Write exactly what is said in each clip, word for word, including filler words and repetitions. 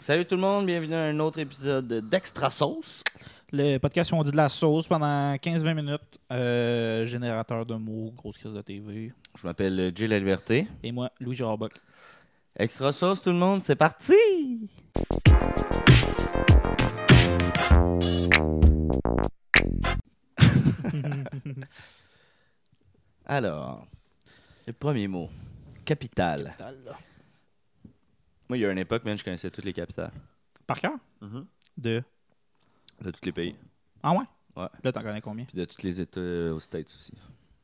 Salut tout le monde, bienvenue à un autre épisode d'Extra Sauce. Le podcast où on dit de la sauce pendant quinze vingt minutes. Euh, générateur de mots, grosse crise de T V. Je m'appelle Jay La Liberté. Et moi, Louis Gérard Bock. Extra Sauce tout le monde, c'est parti! Alors, le premier mot, capitale. Capital, là. Moi, il y a une époque, man, je connaissais toutes les capitales. Par cœur? Mm-hmm. De. De tous les pays. Ah ouais? Ouais. Là, t'en connais combien? Puis de tous les États euh, aux States aussi.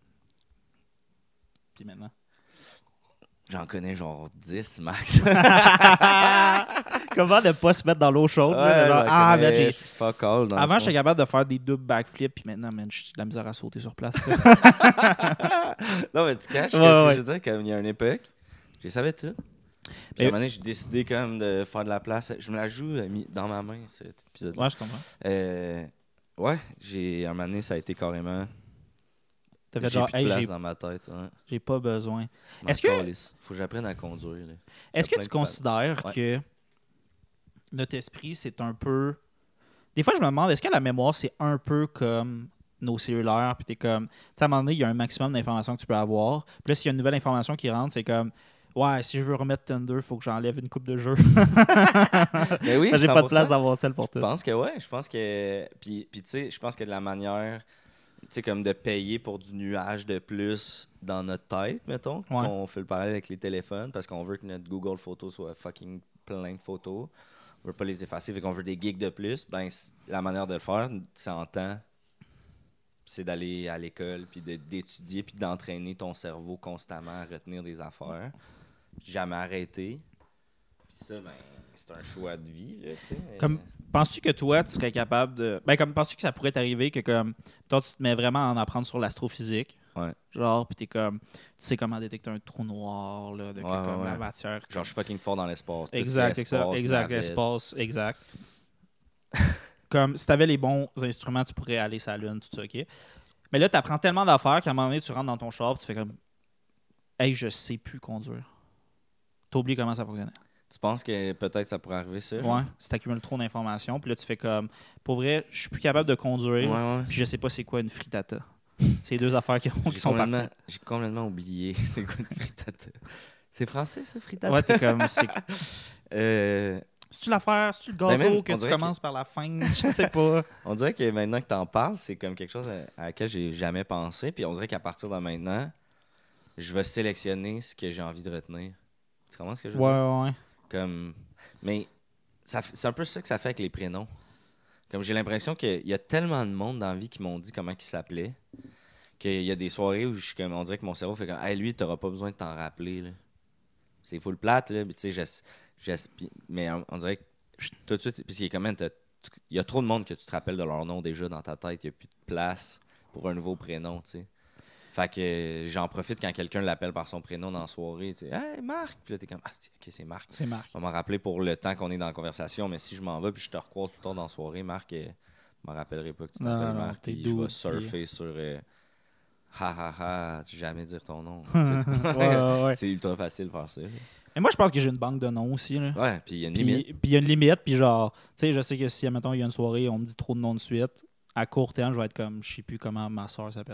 Puis maintenant? J'en connais genre dix max. Comment ne pas se mettre dans l'eau chaude? Ouais, là, genre, j'en ah, connais ben, j'ai... fuck all, dans le Avant, fond. j'étais capable de faire des doubles backflips, puis maintenant, man, j'ai de la misère à sauter sur place. Non, mais tu caches, Ouais, qu'est-ce que ouais. je veux dire, comme il y a une époque, je les savais tout. Puis à un Mais- moment donné, j'ai décidé comme de faire de la place. Je me la joue euh, mis dans ma main, cet épisode. Ouais, je comprends. Euh, ouais, j'ai, à un moment donné, ça a été carrément. T'as J'ai fait genre, plus de hey, place j'ai, dans ma tête. Ouais. j'ai pas besoin. M'en Est-ce que- calisse. Faut que j'apprenne à conduire. Là. Est-ce Il y que a tu plein de considères Ouais. que notre esprit, c'est un peu... Des fois, je me demande, est-ce que la mémoire, c'est un peu comme nos cellulaires, puis t'es comme... Tu sais, à un moment donné, il y a un maximum d'informations que tu peux avoir. Puis là, s'il y a une nouvelle information qui rentre, c'est comme... Ouais, si je veux remettre Tinder, il faut que j'enlève une coupe de jeux. Mais oui, J'ai pas de cent pour cent. place d'avoir celle pour Je tout. pense que ouais, je pense que. Puis, puis tu sais, je pense que de la manière, tu sais, comme de payer pour du nuage de plus dans notre tête, mettons, Ouais. qu'on fait le parallèle avec les téléphones parce qu'on veut que notre Google Photos soit fucking plein de photos. On veut pas les effacer, fait qu'on veut des gigs de plus. Ben, c- la manière de le faire, c'est en temps, c'est d'aller à l'école, puis de- d'étudier, puis d'entraîner ton cerveau constamment à retenir des affaires. Jamais arrêter. Puis ça, ben, c'est un choix de vie, là, tu sais. Comme- Penses-tu que toi, tu serais capable de... Ben, comme, penses-tu que ça pourrait t'arriver que, comme, toi, tu te mets vraiment à en apprendre sur l'astrophysique? Ouais. Genre, puis t'es comme... Tu sais comment détecter un trou noir, là, de que, Ouais, ouais, comme, la ouais. matière... Genre, je suis fucking fort dans l'espace. Tout ce qui est Exact, exact, espace, exact, navette. espace, exact. Comme si tu avais les bons instruments, tu pourrais aller sur la Lune, tout ça, OK? Mais là, tu apprends tellement d'affaires qu'à un moment donné, tu rentres dans ton char et tu fais comme hey, je sais plus conduire. T'oublies comment ça fonctionne. Tu penses que peut-être ça pourrait arriver, ça? genre? Ouais, si tu accumules trop d'informations, puis là, tu fais comme pour vrai, je suis plus capable de conduire, Ouais, ouais. puis je sais pas c'est quoi une frittata. C'est deux affaires qui, qui J'ai sont complètement, parties. j'ai complètement oublié c'est quoi une frittata. C'est français, ça, frittata? Ouais, t'es comme c'est Euh, c'est-tu l'affaire, c'est-tu le gâteau Ben, man, que on tu dirait commences par la fin, je sais pas. on dirait que maintenant que tu en parles, c'est comme quelque chose à, à laquelle j'ai jamais pensé. Puis on dirait qu'à partir de maintenant, je vais sélectionner ce que j'ai envie de retenir. Tu comprends ce que je veux Ouais, dire? ouais, ouais. Comme... Mais ça f- c'est un peu ça que ça fait avec les prénoms. Comme j'ai l'impression qu'il y a tellement de monde dans la vie qui m'ont dit comment ils s'appelaient qu'il y a des soirées où je suis comme, on dirait que mon cerveau fait comme hey, lui, t'auras pas besoin de t'en rappeler. Là. C'est full plate, là. Mais tu sais, j'ess- j'ess- puis- mais on, on dirait que je- tout de suite, puis il y a quand même, t'as- tu- il y a trop de monde que tu te rappelles de leur nom déjà dans ta tête. Il n'y a plus de place pour un nouveau prénom, tu sais. Fait que euh, j'en profite quand quelqu'un l'appelle par son prénom dans la soirée. Tu sais, hey, Marc! Puis là, t'es comme, ah, c'est- ok, c'est Marc. C'est Marc. Je vais m'en rappeler pour le temps qu'on est dans la conversation, mais si je m'en vais puis je te recroise plus tard dans la soirée, Marc, euh, je m'en rappellerai pas que tu Non, t'appelles non, Marc. t'es puis je vais doux, surfer sur euh, ha ha ha, tu jamais dire ton nom. Tu sais, tu comprends? Ouais, ouais, ouais. C'est ultra facile de faire ça. Et moi, je pense que j'ai une banque de noms aussi, là. Ouais, puis il y a une Puis limite. puis il y a une limite, puis genre, tu sais, je sais que si, admettons, il y a une soirée, on me dit trop de noms de suite, à court terme, je vais être comme, je sais plus comment ma soeur s'appelle.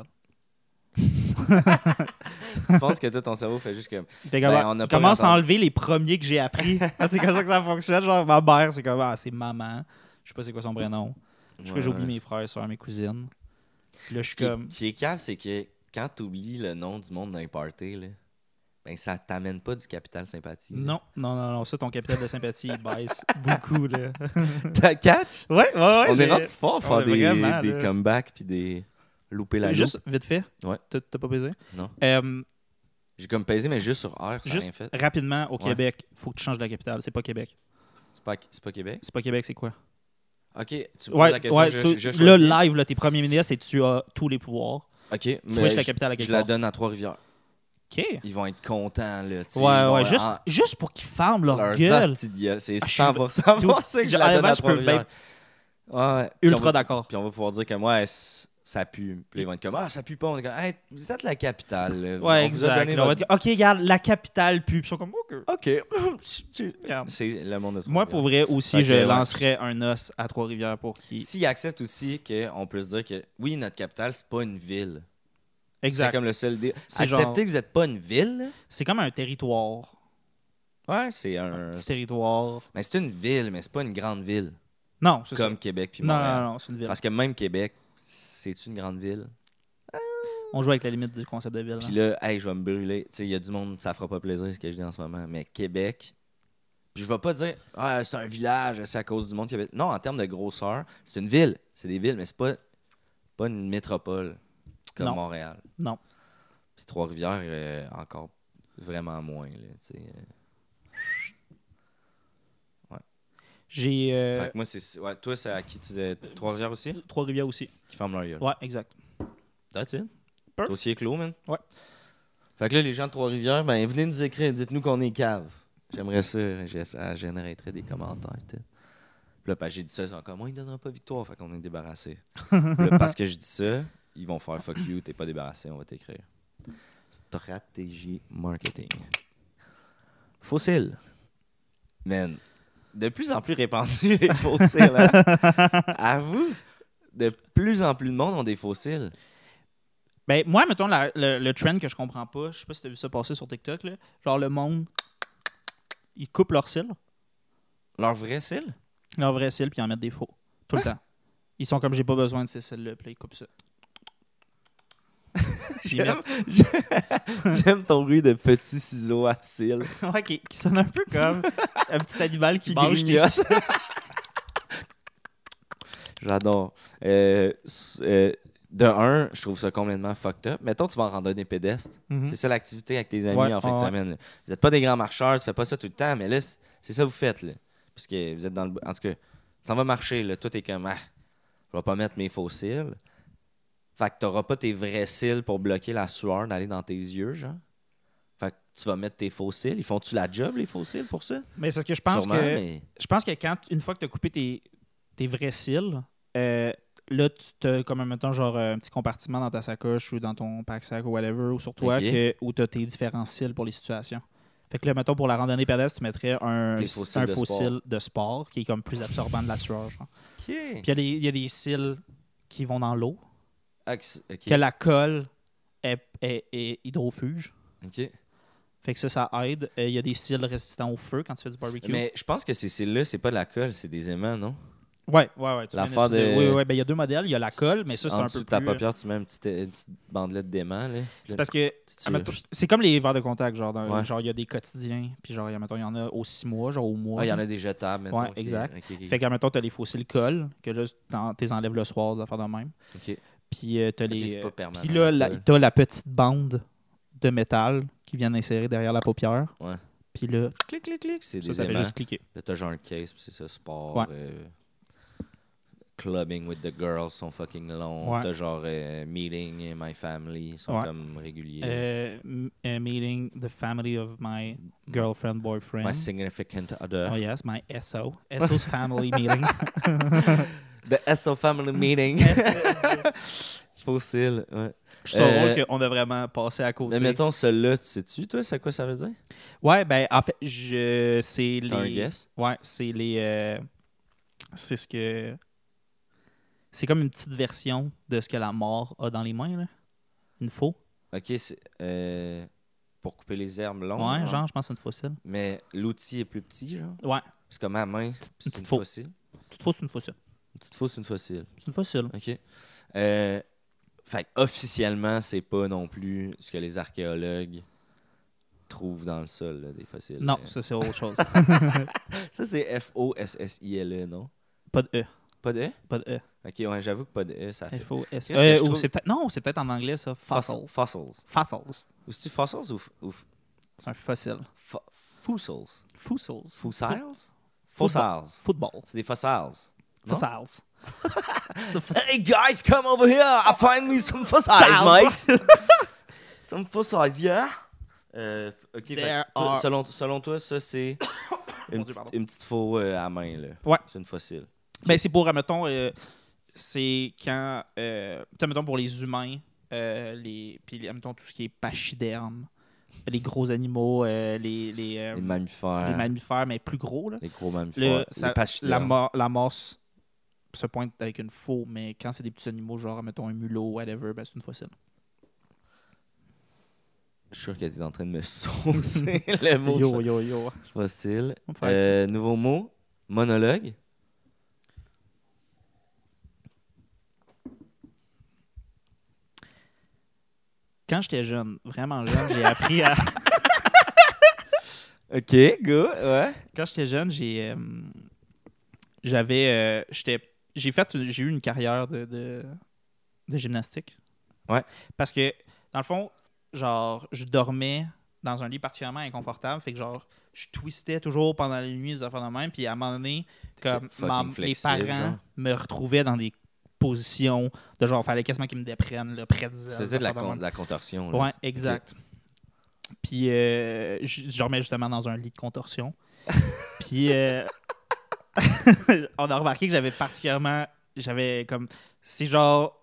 Tu penses que toi, ton cerveau fait juste comme. Fait que, Ben, bah, on n'a pas commence à entendu. enlever les premiers que j'ai appris. Ah, c'est comme ça que ça fonctionne. Genre, ma mère, c'est comme, ah, c'est maman. Je sais pas c'est quoi son prénom. Je sais que Ouais, j'oublie ouais. mes frères, soeurs, mes cousines. Puis là, je Ce suis qui, est- comme, ce qui est cave, c'est que quand tu oublies le nom du monde dans les parties, là, ben ça t'amène pas du capital sympathie. là. non, non, non, non, ça, ton capital de sympathie, il baisse beaucoup, là. T'as catch? Ouais, ouais, ouais. On j'ai- est rendu fort à on faire est des, vraiment, des là. comebacks puis des louper la Juste, loupe. vite fait. Ouais. T'as t'as pas baisé? Non. Euh, J'ai comme pesé, mais juste sur R, ça n'a rien juste fait. rapidement, au Ouais. Québec, faut que tu changes de la capitale. C'est pas Québec. C'est pas, c'est pas Québec? C'est pas Québec, c'est quoi? Ok, tu me poses Ouais, la question, ouais, je, tu- je, je là, choisis. live, là, t'es premier ministre et tu as tous les pouvoirs. Ok, Tu mais switches la je- capitale à je, quelque la part. donne à Trois-Rivières. OK. Ils vont être contents, là. tu sais, Ouais, ils vont- ouais, juste, en- juste pour qu'ils ferment leur, leur gueule. hostie de gueule. C'est Ah, je suis- cent pour cent pour ça que je la donne honnêtement, à je peux Trois-Rivières. Ouais, puis Ultra on va- d'accord. Puis on va pouvoir dire que moi, c- ça pue. Puis là, ils vont être comme, ah, ça pue pas. On est comme, hey, vous êtes la capitale. Là. Ouais, On vous a exact. donné Là, on va votre- dire, OK, regarde, la capitale pue. Puis ils sont comme, OK. OK. Regarde. C'est le monde de Moi, Trois-Rivières. pour vrai, aussi, Fait je que, ouais. lancerais un os à Trois-Rivières pour qu'il... S'ils acceptent aussi qu'on peut se dire que, oui, notre capitale, c'est pas une ville. Exact. C'est comme le seul deal. C'est Accepter genre- que vous n'êtes pas une ville, là, C'est comme un territoire. ouais, c'est Un un. petit territoire. Mais c'est une ville, mais c'est pas une grande ville. Non, c'est ça. Comme Québec puis Non, Montréal. non, non, c'est une ville. Parce que même Québec, c'est une grande ville. On joue avec la limite du concept de ville. Puis hein. là, hey, je vais me brûler. Tu sais, il y a du monde, ça fera pas plaisir ce que je dis en ce moment. Mais Québec, puis je vais pas dire, ah, c'est un village, c'est à cause du monde qui habite. Non, en termes de grosseur, c'est une ville. C'est des villes, mais c'est pas, pas une métropole comme Non. Montréal. Non. Puis Trois-Rivières, euh, encore vraiment moins. Là, tu sais. J'ai euh, Fait que moi, c'est. Ouais, toi, c'est à qui tu. euh, Trois-Rivières aussi Trois-Rivières aussi. Qui ferment leur gueule. Ouais, exact. That's it. Perf. Dossier clos, man. Ouais. Fait que là, les gens de Trois-Rivières, ben, venez nous écrire, dites-nous qu'on est cave. J'aimerais ça, j'ai- ça générerait des commentaires. Puis là, parce que j'ai dit ça, ils sont comme, moi, ils ne donneront pas victoire, fait qu'on est débarrassé. Puis là, parce que je dis ça, ils vont faire fuck you, t'es pas débarrassé, on va t'écrire. Stratégie marketing. Fossiles. Man, de plus en plus répandus, les fossiles. Hein? Avoue, de plus en plus de monde ont des fossiles. Ben, moi, mettons, la- le, le trend que je comprends pas, je sais pas si t'as vu ça passer sur TikTok, là. Genre, le monde, ils coupent leur cils, Leur vrai cils? leur vrai cils, puis ils en mettent des faux. Tout le temps. Ils sont comme, j'ai pas besoin de ces cils-là, puis là, ils coupent ça. Ils J'aime, mettent- j'aime ton bruit de petits ciseaux à cils. Ouais, qui, qui sonne un peu comme un petit animal qui, Qui mange des grignote. cils. J'adore. Euh, s- euh, de un, je trouve ça complètement fucked up. Mettons, tu vas en randonnée pédestre. Mhm. C'est ça l'activité avec tes amis Ouais, en fin ouais, de ouais. semaine. là. Vous n'êtes pas des grands marcheurs, tu fais pas ça tout le temps, mais là, c'est c'est ça que vous faites. Là. Parce que vous êtes dans le. En tout cas, ça va marcher. Là. Toi, t'es comme, ah, je vais pas mettre mes faux cils. Fait que t'auras pas tes vrais cils pour bloquer la sueur d'aller dans tes yeux, genre. Fait que tu vas mettre tes faux cils. Ils font-tu la job, les faux cils, pour ça? Mais c'est parce que je pense Sûrement, que mais- je pense que quand une fois que tu as coupé tes, tes vrais cils, euh, là tu as comme mettons genre un petit compartiment dans ta sacoche ou dans ton pack-sac ou whatever ou sur toi Ok. que, où tu as tes différents cils pour les situations. Fait que là, mettons, pour la randonnée pédestre, tu mettrais un, Tes faux cils un de faux sport. cil de sport qui est comme plus absorbant de la sueur. Genre. OK. Puis il y a des- il y, a des cils qui vont dans l'eau, Ah, que c'est- OK. que la colle est, est- est hydrofuge. OK. Fait que ça, ça aide. Euh, Il y a des cils résistants au feu quand tu fais du barbecue. Mais je pense que ces cils-là, c'est pas de la colle, c'est des aimants, non? Ouais, ouais, ouais. tu mets une L'affaire espèce de- Oui, oui, ben il y a deux modèles. Il y a la colle, mais ça, c'est En un dessous peu de ta plus... paupière, tu mets une petite, une petite bandelette d'aimant, là. C'est parce que Tu- admettons, c'est comme les verres de contact, genre, dans- Ouais. genre il y a des quotidiens, puis genre, admettons, il y en a au six mois, genre au mois. Ah, il y en a des jetables, maintenant. Ouais, exact. OK, OK. Fait qu'à mettons, t'as les fossiles colle, que là, t'en- t'es enlèves le soir, des affaires de même. OK. Puis euh, t'as Ok, les. c'est pas euh, permanent, Puis là, la la- colle. t'as la petite bande de métal qui vient d'insérer derrière la paupière. Ouais. Puis là, Clic, clic, clic. C'est ça, des ça fait aimants. juste cliquer. Là, t'as genre un case, puis c'est ça, sport. Ouais. euh, clubbing with the girls sont fucking longs. Ouais. T'as genre euh, meeting my family, sont Ouais. comme réguliers. Euh, m- a meeting the family of my girlfriend, boyfriend. My significant other. Oh yes, my S O. S O's family meeting. The S O family meeting. Fossile, ouais. Je suis drôle Euh, qu'on a vraiment passé à côté. Mais mettons, celui-là, tu sais-tu, toi, c'est quoi ça veut dire? Ouais, ben en fait, je c'est T'as un les. guess? Ouais, c'est les. euh, c'est ce que. C'est comme une petite version de ce que la mort a dans les mains, là. Une faux. Ok, c'est euh, pour couper les herbes longues. Ouais, genre, je pense que c'est une fossile. Mais l'outil est plus petit, genre. Ouais. C'est comme ma main, c'est petite une faux. fossile. Toute fausse, c'est une fossile. Une petite fausse, c'est une fossile. C'est une fossile. OK. Euh, fait que officiellement, c'est pas non plus ce que les archéologues trouvent dans le sol, là, des fossiles. Non, Euh, ça, c'est autre chose. ça, c'est F O S S I L E, non? Pas de E. Pas de E? Pas de E. OK, ouais, j'avoue que pas de E, ça fait... F O S. Qu'est-ce que Euh, je ou trouve- c'est peut-être. Non, c'est peut-être en anglais, ça. Fossil. Fossils. Fossils. Fossils. Ou c'est-tu fossils ou... f- ou f- C'est un fossile. fo- fossils? Fossils. Fossils? Football. Fossils. Football. C'est des fossils. Non? Fossils. Hey guys, come over here. I find me some fossils, mate. Some fossils, yeah. Euh, ok, fait que There toi, are- selon, selon toi, ça c'est une, Dieu, petite- pardon. une petite faux euh, à main là. Ouais. C'est une fossile. Ben, c'est pour, admettons, euh, c'est quand, euh, tu sais, mettons pour les humains, euh, les, puis les- mettons tout ce qui est pachyderme, les gros animaux, euh, les, les, euh, Les mammifères. les mammifères, mais plus gros, là. Les gros Là, mammifères. ça- les pachydermes. la, mort, la mort s- se pointe avec une faux, mais quand c'est des petits animaux, genre, mettons un mulot, whatever, ben c'est une fossile. Je suis sûr que tu es en train de me saucer le mot Yo, yo, yo. fossile. On va faire Euh, nouveau mot, monologue. Quand j'étais jeune, vraiment jeune, j'ai appris à... OK, go, ouais. Quand j'étais jeune, j'ai... euh, j'avais... euh, j'étais... J'ai fait... une- J'ai eu une carrière de, de, de gymnastique. Ouais. Parce que, dans le fond, genre, je dormais dans un lit particulièrement inconfortable. Fait que, genre, je twistais toujours pendant les nuits, des affaires de même. Puis, à un moment donné, comme fucking ma- mes flexible, parents genre. me retrouvaient dans des positions de genre, fallait quasiment qu'ils me déprennent, là, près de Tu faisais de la, con- de la contorsion. Là. Ouais, exact. Puis, euh, je je dormais justement dans un lit de contorsion. Puis, euh, on a remarqué que j'avais particulièrement. J'avais comme. C'est genre.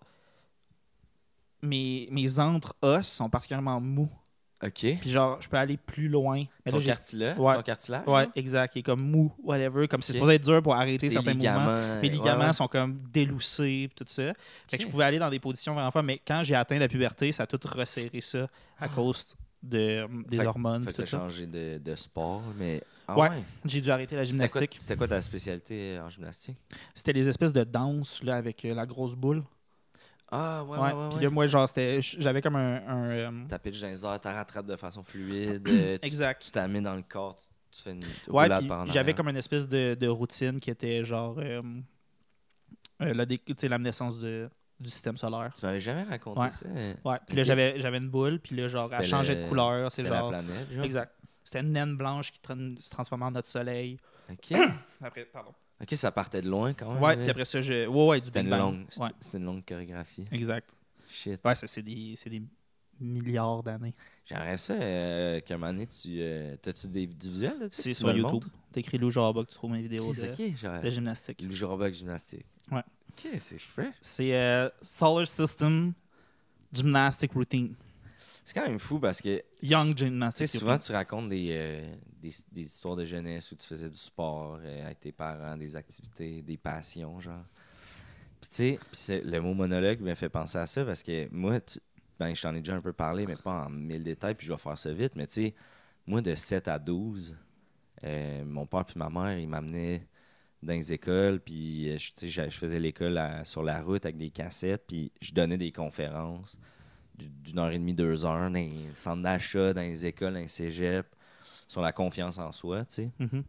Mes, mes entre-os sont particulièrement mous. OK. Puis, genre, je peux aller plus loin. Mais Ton, là, j'ai- cartilage, Ouais. ton cartilage? Ouais, genre? exact. Il est comme mou, whatever. Comme c'est Ok. supposé être dur pour arrêter Tes certains mouvements. ligaments. Mes ligaments ouais, ouais. sont comme déloussés, tout ça. Fait que je Ok. pouvais aller dans des positions vraiment fortes, mais quand j'ai atteint la puberté, ça a tout resserré ça à cause de, des Fait que- hormones. Fait que Tout t'as ça. changé de, de sport, mais... Ah Ouais. ouais? J'ai dû arrêter la C'était quoi, gymnastique. c'était quoi ta spécialité en gymnastique? C'était les espèces de danses là, avec euh, la grosse boule. Ah, ouais, Ouais. ouais, ouais. Puis ouais. là, moi, genre, c'était, j'avais comme un. un, euh, Ta pitch dans les airs, t'as rattrapes de façon fluide. euh, tu- Exact. Tu t'amènes dans le corps, tu, tu fais une Ouais, roulade puis par en j'avais arrière. comme une espèce de, de routine qui était genre. euh, euh, la, dé- tu sais, la naissance de, du système solaire. Tu m'avais jamais raconté Ouais. ça? Ouais. Puis là, Ok. j'avais, j'avais une boule, puis là, genre, elle C'était changeait le- de couleur. C'est C'était genre. la planète, genre? Exact. C'était une naine blanche qui tra- se transformait en notre soleil. OK. Après, pardon. OK, ça partait de loin quand même. Ouais, là. puis après ça, je. Ouais, ouais, du C'était Big une, Bang. longue, c'était- Ouais, c'était une longue chorégraphie. exact. Shit. Ouais, ça, c'est des, c'est des milliards d'années. J'aimerais ça euh, qu'à un moment donné, tu... Euh, t'as-tu des, du visuel? Là, C'est tu sur me le YouTube. montres? T'écris Lou Joroba que tu trouves mes vidéos Chris, de, OK, genre... de gymnastique. Le Joroba gymnastique. Ouais. OK, c'est fresh. C'est euh, Solar System Gymnastic Routine. C'est quand même fou parce que... Young Tu Gymnastic sais, souvent, Routine. tu racontes des, euh, des, des histoires de jeunesse où tu faisais du sport euh, avec tes parents, des activités, des passions, genre. Puis, tu sais, puis c'est- le mot monologue me fait penser à ça parce que moi, tu- ben, je t'en ai déjà un peu parlé, mais pas en mille détails, puis je vais faire ça vite. Mais, tu sais, moi, de sept à douze, euh, mon père puis ma mère, ils m'amenaient dans les écoles, puis euh, je, tu sais, je je faisais l'école à- sur la route avec des cassettes, puis je donnais des conférences du- d'une heure et demie, deux heures, dans les centres d'achat, dans les écoles, dans les cégeps, sur la confiance en soi, tu sais. Mhm.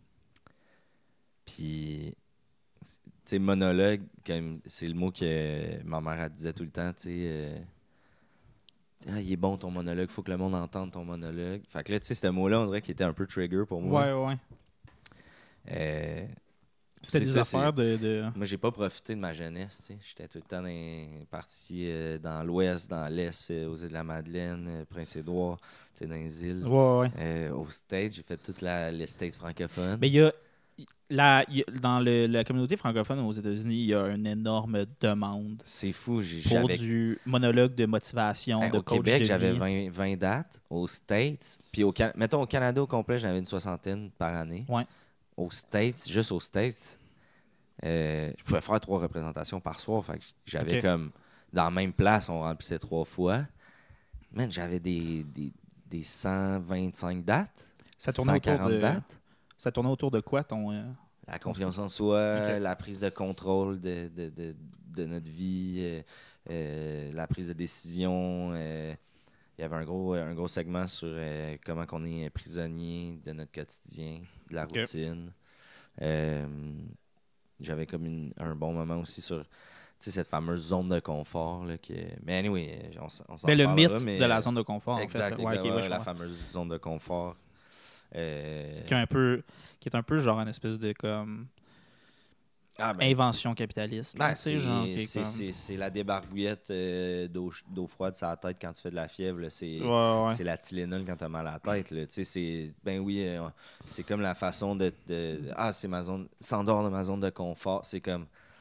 Puis, tu sais, monologue, comme c'est le mot que ma mère, elle disait tout le temps, tu sais. euh, ah, il est bon ton monologue, faut que le monde entende ton monologue. Fait que là, tu sais, ce mot-là, on dirait qu'il était un peu trigger pour moi. Ouais, ouais. Euh, C'était c'est des ça, affaires de, de... Moi, j'ai pas profité de ma jeunesse, tu sais. J'étais tout le temps dans les parties euh, dans l'ouest, dans l'est, euh, aux îles de la Madeleine, euh, Prince-Édouard, tu sais, dans les îles. Ouais, ouais. Euh, au States, j'ai fait toute la, les States francophones. Mais il y a... La, il y a- dans le- la communauté francophone aux États-Unis, il y a une énorme demande C'est fou, j'ai pour j'avais du monologue de motivation, Ben, de au coach Québec, de j'avais vie. vingt, vingt dates. Aux States, puis au Can- mettons au Canada au complet, j'en avais une soixantaine par année. Ouais. Aux States, juste aux States, euh, je pouvais faire trois représentations par soir. Fait que j'avais Ok. comme dans la même place, on remplissait trois fois. Man, j'avais des, des, des cent vingt-cinq dates, Ça tournait, cent autour quarante de, dates. ça tournait autour de quoi, ton... euh, La confiance en soi, Ok. la prise de contrôle de, de, de, de notre vie, euh, euh, la prise de décision. euh, il y avait un gros, un gros segment sur euh, comment on est prisonnier de notre quotidien, de la Ok. routine. Euh, j'avais comme une- un bon moment aussi sur tu sais, cette fameuse zone de confort. Là, que... Mais anyway, on, s- on s'en Ben, le reparlera, mythe mais, de la zone de confort, Exact, en fait. là. Ouais, exact, ok, ouais, ouais, je la comprends. fameuse zone de confort. Euh, Qui est un peu, qui est un peu genre une espèce de comme ah, ben, invention capitaliste. là, Ben, tu sais, c'est, genre, qui est c'est, comme- c'est- c'est la débarbouillette euh, d'eau, ch- d'eau froide sur la tête quand tu fais de la fièvre. là. C'est, Ouais, ouais. c'est la Tylenol quand tu as mal à la tête. Là. Tu sais, c'est, ben oui, euh, c'est comme la façon de, de- Ah, c'est ma zone. S'endort de ma zone de confort. C'est comme.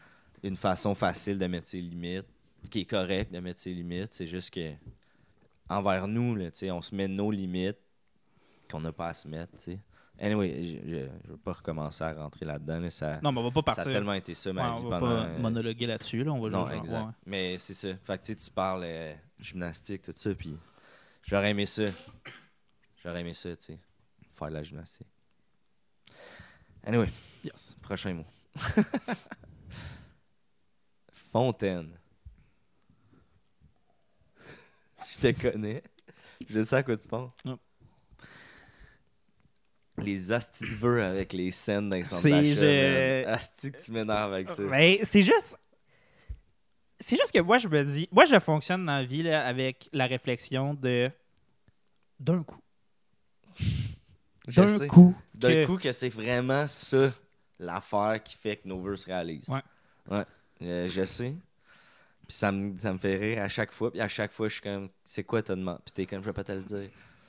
une façon facile de mettre ses limites, qui est correcte de mettre ses limites. C'est juste que envers nous, là, on se met nos limites qu'on n'a pas à se mettre. T'sais. Anyway, je ne veux pas recommencer à rentrer là-dedans. Là, ça, non, mais on va pas partir. Ça a tellement été ça, ma ouais, vie on va pendant... pas monologuer là-dessus. Là. On va non, genre, exact. Ouais. Mais c'est ça. Fait que tu parles euh, gymnastique, tout ça, puis j'aurais aimé ça. J'aurais aimé ça, tu sais, faire de la gymnastique. Anyway, yes. Prochain mot. Fontaine. Je te connais. Je sais à quoi tu penses. Oh. Les astis de vœux avec les scènes dans les centres C'est d'achat. je... Asti que tu m'énerves avec ça. Mais c'est juste... C'est juste que moi, je me dis... Moi, je fonctionne dans la vie là, avec la réflexion de... D'un coup. Je D'un sais. coup. D'un que... coup que c'est vraiment ça, l'affaire qui fait que nos vœux se réalisent. Ouais. Ouais. Euh, je sais. Puis ça me, ça me fait rire à chaque fois. Puis à chaque fois, je suis comme, c'est quoi ta demande? Puis t'es comme, je vais pas te le dire.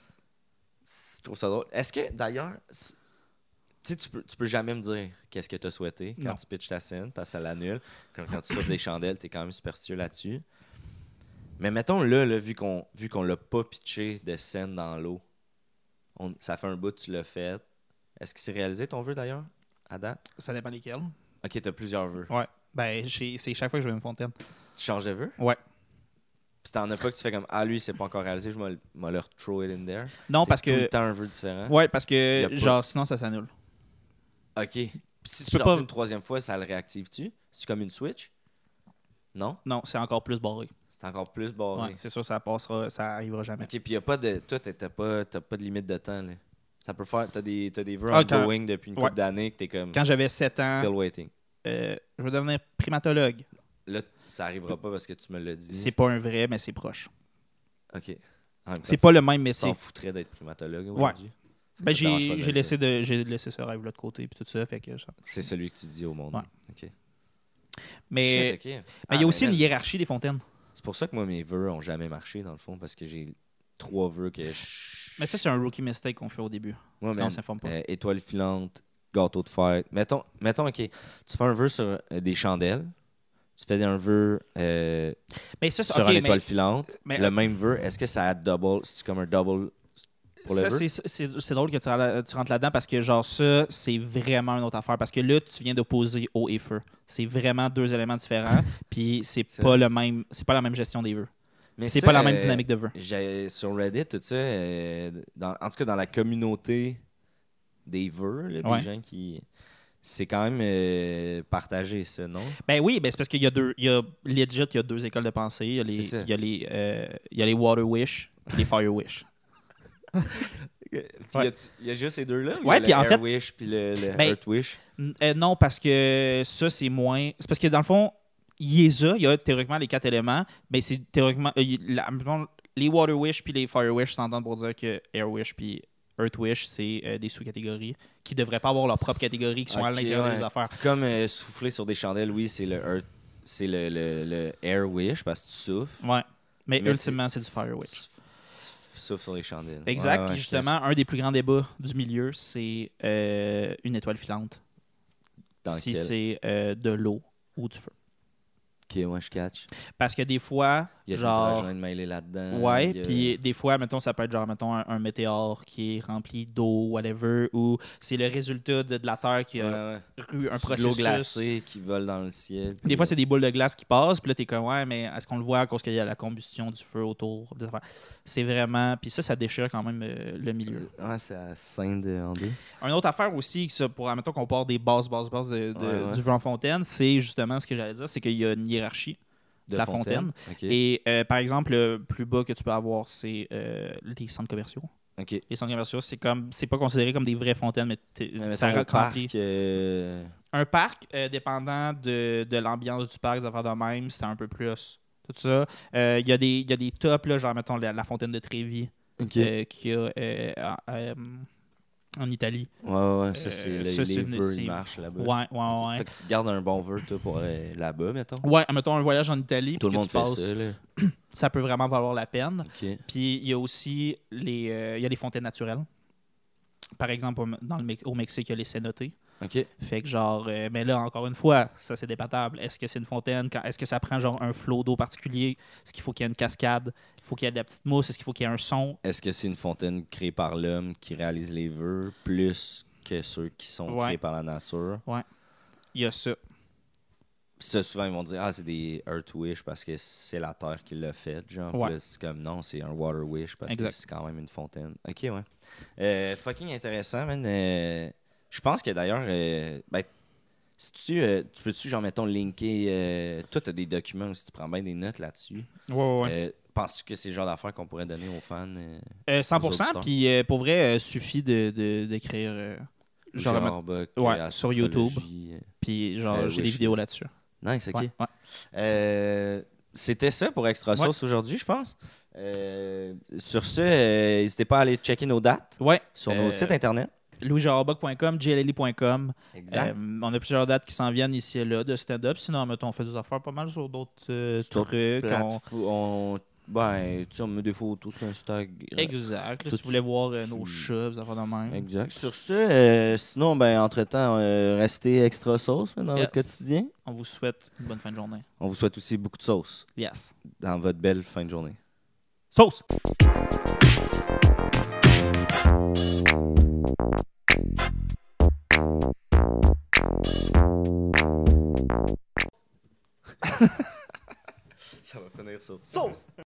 Je trouve ça drôle. Est-ce que, d'ailleurs, tu sais, tu peux, tu peux jamais me dire qu'est-ce que tu as souhaité quand non. tu pitches ta scène, parce que ça l'annule. Quand, quand tu souffles des chandelles, t'es quand même superstitieux là-dessus. Mais mettons là, là vu qu'on vu qu'on l'a pas pitché de scène dans l'eau, on, ça fait un bout que tu l'as fait. Est-ce que c'est réalisé ton vœu d'ailleurs, à date? Ça dépend lesquels. Ok, t'as plusieurs vœux. Ouais. Ben, j'ai... c'est chaque fois que je vais une fontaine. Tu changes de vœu? Ouais. Puis t'en as pas que tu fais comme, ah lui, c'est pas encore réalisé, je vais le throw it in there. Non, c'est parce tout que... le temps un vœu différent. Ouais, parce que, pas... genre, sinon, ça s'annule. Ok. Puis si tu, tu leur pas... dis une troisième fois, ça le réactive-tu? C'est comme une switch? Non? Non, c'est encore plus barré. C'est encore plus barré. Ouais, c'est sûr, ça passera, ça arrivera jamais. Ok, puis y a pas de... Toi, t'as pas, t'as pas de limite de temps, là. Ça peut faire... T'as des, t'as des vœux ah, quand... ongoing depuis une couple ouais. d'années que t'es comme... Quand j'avais sept ans... Still waiting. Euh, je vais devenir primatologue. Là, ça arrivera pas parce que tu me l'as dit. C'est pas un vrai, mais c'est proche. OK. C'est pas le même métier. Tu t'en foutrais d'être primatologue aujourd'hui? Ouais. Ben, j'ai, j'ai, laissé de, j'ai laissé ce rêve-là de côté puis tout ça. Fait que ça... C'est celui que tu dis au monde. Ouais. OK. Mais Shit, okay. mais il ah, y a aussi mais une hiérarchie des fontaines. C'est pour ça que moi, mes vœux ont jamais marché, dans le fond, parce que j'ai trois vœux que je... Mais ça, c'est un rookie mistake qu'on fait au début. Ouais, quand man, on s'informe pas. Euh, étoile filante, gâteau de fête. Mettons, mettons OK, tu fais un vœu sur euh, des chandelles. Tu fais un vœu euh, mais ça, c'est, sur okay, une étoile mais, filante. Mais, le même vœu, est-ce que ça a double? C'est comme un double pour ça, le vœu? C'est, c'est, c'est drôle que tu, tu rentres là-dedans parce que genre ça, c'est vraiment une autre affaire. Parce que là, tu viens d'opposer eau et feu. C'est vraiment deux éléments différents. Puis c'est, c'est pas le même, c'est pas la même gestion des vœux. Mais c'est ça, pas la même dynamique de vœux. J'ai, sur Reddit, tout ça, euh, dans, en tout cas dans la communauté des vœux, là, des ouais. gens qui... C'est quand même euh, partagé, ça, non? Ben oui, ben c'est parce qu'il y a deux... Il y a, legit, il y a deux écoles de pensée. Il y a les, il y a les, euh, il y a les Water Wish et les Fire Wish. Puis ouais. il y, y a juste ces deux-là? Ouais, puis en fait... Wish puis le, le ben, Earth Wish? Euh, non, parce que ça, c'est moins... C'est parce que dans le fond, il y a, il y a théoriquement les quatre éléments, mais c'est théoriquement... Euh, la, les Water Wish puis les Fire Wish s'entendent pour dire que Air Wish puis Earth Wish, c'est euh, des sous-catégories qui ne devraient pas avoir leur propre catégorie, qui sont okay, à l'intérieur ouais. des affaires. Comme euh, souffler sur des chandelles, oui, c'est le Earth, c'est le, le, le Air Wish parce que tu souffles. Ouais. Mais, mais ultimement, c'est, c'est du Fire Wish. Tu souffles sur les chandelles. Exact. Ouais, Puis ouais, justement, c'est... un des plus grands débats du milieu, c'est euh, une étoile filante. Dans si quel? c'est euh, de l'eau ou du feu. Ok, moi je catch. Parce que des fois, il y a genre... de l'hydrogène mêlé là-dedans. Ouais, a... puis des fois, mettons, ça peut être genre, mettons, un, un météore qui est rempli d'eau, whatever, ou c'est le résultat de, de la Terre qui a ouais, ouais. eu un c'est processus. De l'eau glacée qui vole dans le ciel. Des fois, c'est des boules de glace qui passent, puis là, t'es comme, ouais, mais est-ce qu'on le voit à cause qu'il y a la combustion du feu autour des affaires? C'est vraiment... Puis ça, ça déchire quand même euh, le milieu. Ouais, c'est à scinde en deux. Une autre affaire aussi, ça, pour, mettons qu'on part des bases, bases, bases de, de, ouais, ouais. du vœu en fontaine, c'est justement ce que j'allais dire, c'est qu'il y a une hiérarchie. De la fontaine. fontaine. Okay. Et euh, par exemple, le plus bas que tu peux avoir, c'est euh, les centres commerciaux. Okay. Les centres commerciaux, c'est comme c'est pas considéré comme des vraies fontaines, mais, mais ça un parc. Euh... Un parc, euh, dépendant de, de l'ambiance du parc, des affaires de même, c'est un peu plus. Tout ça. Il euh, y, y a des tops, là, genre mettons la, la fontaine de Trévi, okay. euh, qui a euh, euh, en Italie. Ouais, ouais, ça, c'est euh, les, ça, les c'est vœux, une, ils marchent là-bas. Ouais, ouais, okay. ouais. Fait que tu gardes un bon vœu, toi, pour aller là-bas, mettons. Ouais, mettons un voyage en Italie. Tout le monde fait passes, ça, là. Ça peut vraiment valoir la peine. Okay. Puis il y a aussi les, euh, il y a les fontaines naturelles. Par exemple, dans le, au Mexique, il y a les cénotes. OK. Fait que genre, euh, mais là, encore une fois, ça c'est débattable. Est-ce que c'est une fontaine? Quand- Est-ce que ça prend genre un flot d'eau particulier? Est-ce qu'il faut qu'il y ait une cascade? Il faut qu'il y ait de la petite mousse? Est-ce qu'il faut qu'il y ait un son? Est-ce que c'est une fontaine créée par l'homme qui réalise les vœux plus que ceux qui sont Ouais. créés par la nature? Il y a ça. Puis ça, souvent, ils vont dire « Ah, c'est des Earth Wish parce que c'est la Terre qui l'a fait. » Genre, Ouais. Puis là, c'est comme non, c'est un Water Wish parce Exact. que c'est quand même une fontaine. OK, ouais. Euh, fucking intéressant, man. Euh, je pense que d'ailleurs, euh, ben, si tu, euh, tu peux-tu, genre, mettons, linker. Euh, toi, tu as des documents aussi, tu prends bien des notes là-dessus. Ouais, ouais, ouais. Euh, penses-tu que c'est le genre d'affaires qu'on pourrait donner aux fans? euh, Euh, cent pour cent, auditeurs. puis euh, pour vrai, euh, suffit de, de- d'écrire. euh, genre, genre, bah, que ouais, sur YouTube. astrologie, euh, puis genre, euh, j'ai des wish vidéos list. là-dessus. Nice, ok. Ouais, ouais. Euh, C'était ça pour Extra Sauce aujourd'hui, je pense. Euh, sur ce, euh, n'hésitez pas à aller checker nos dates Ouais. sur Euh, nos sites internet. louis gerard bock point com, j l l i point com. Exact. Euh, on a plusieurs dates qui s'en viennent ici et là de stand-up. Sinon, mettons, on fait des affaires pas mal sur d'autres euh, Sur trucs. Plate- On- on, ben, tu sais, on met des photos sur Instagram. Exact. Là, Tout si vous voulez voir euh, tu- nos chats, des affaires de même. Exact. Sur ce, euh, sinon, ben, entre-temps, euh, restez Extra Sauce là, dans Yes. votre quotidien. On vous souhaite une bonne fin de journée. On vous souhaite aussi beaucoup de sauce Yes. dans votre belle fin de journée. Sauce! Ça va finir sur sauce.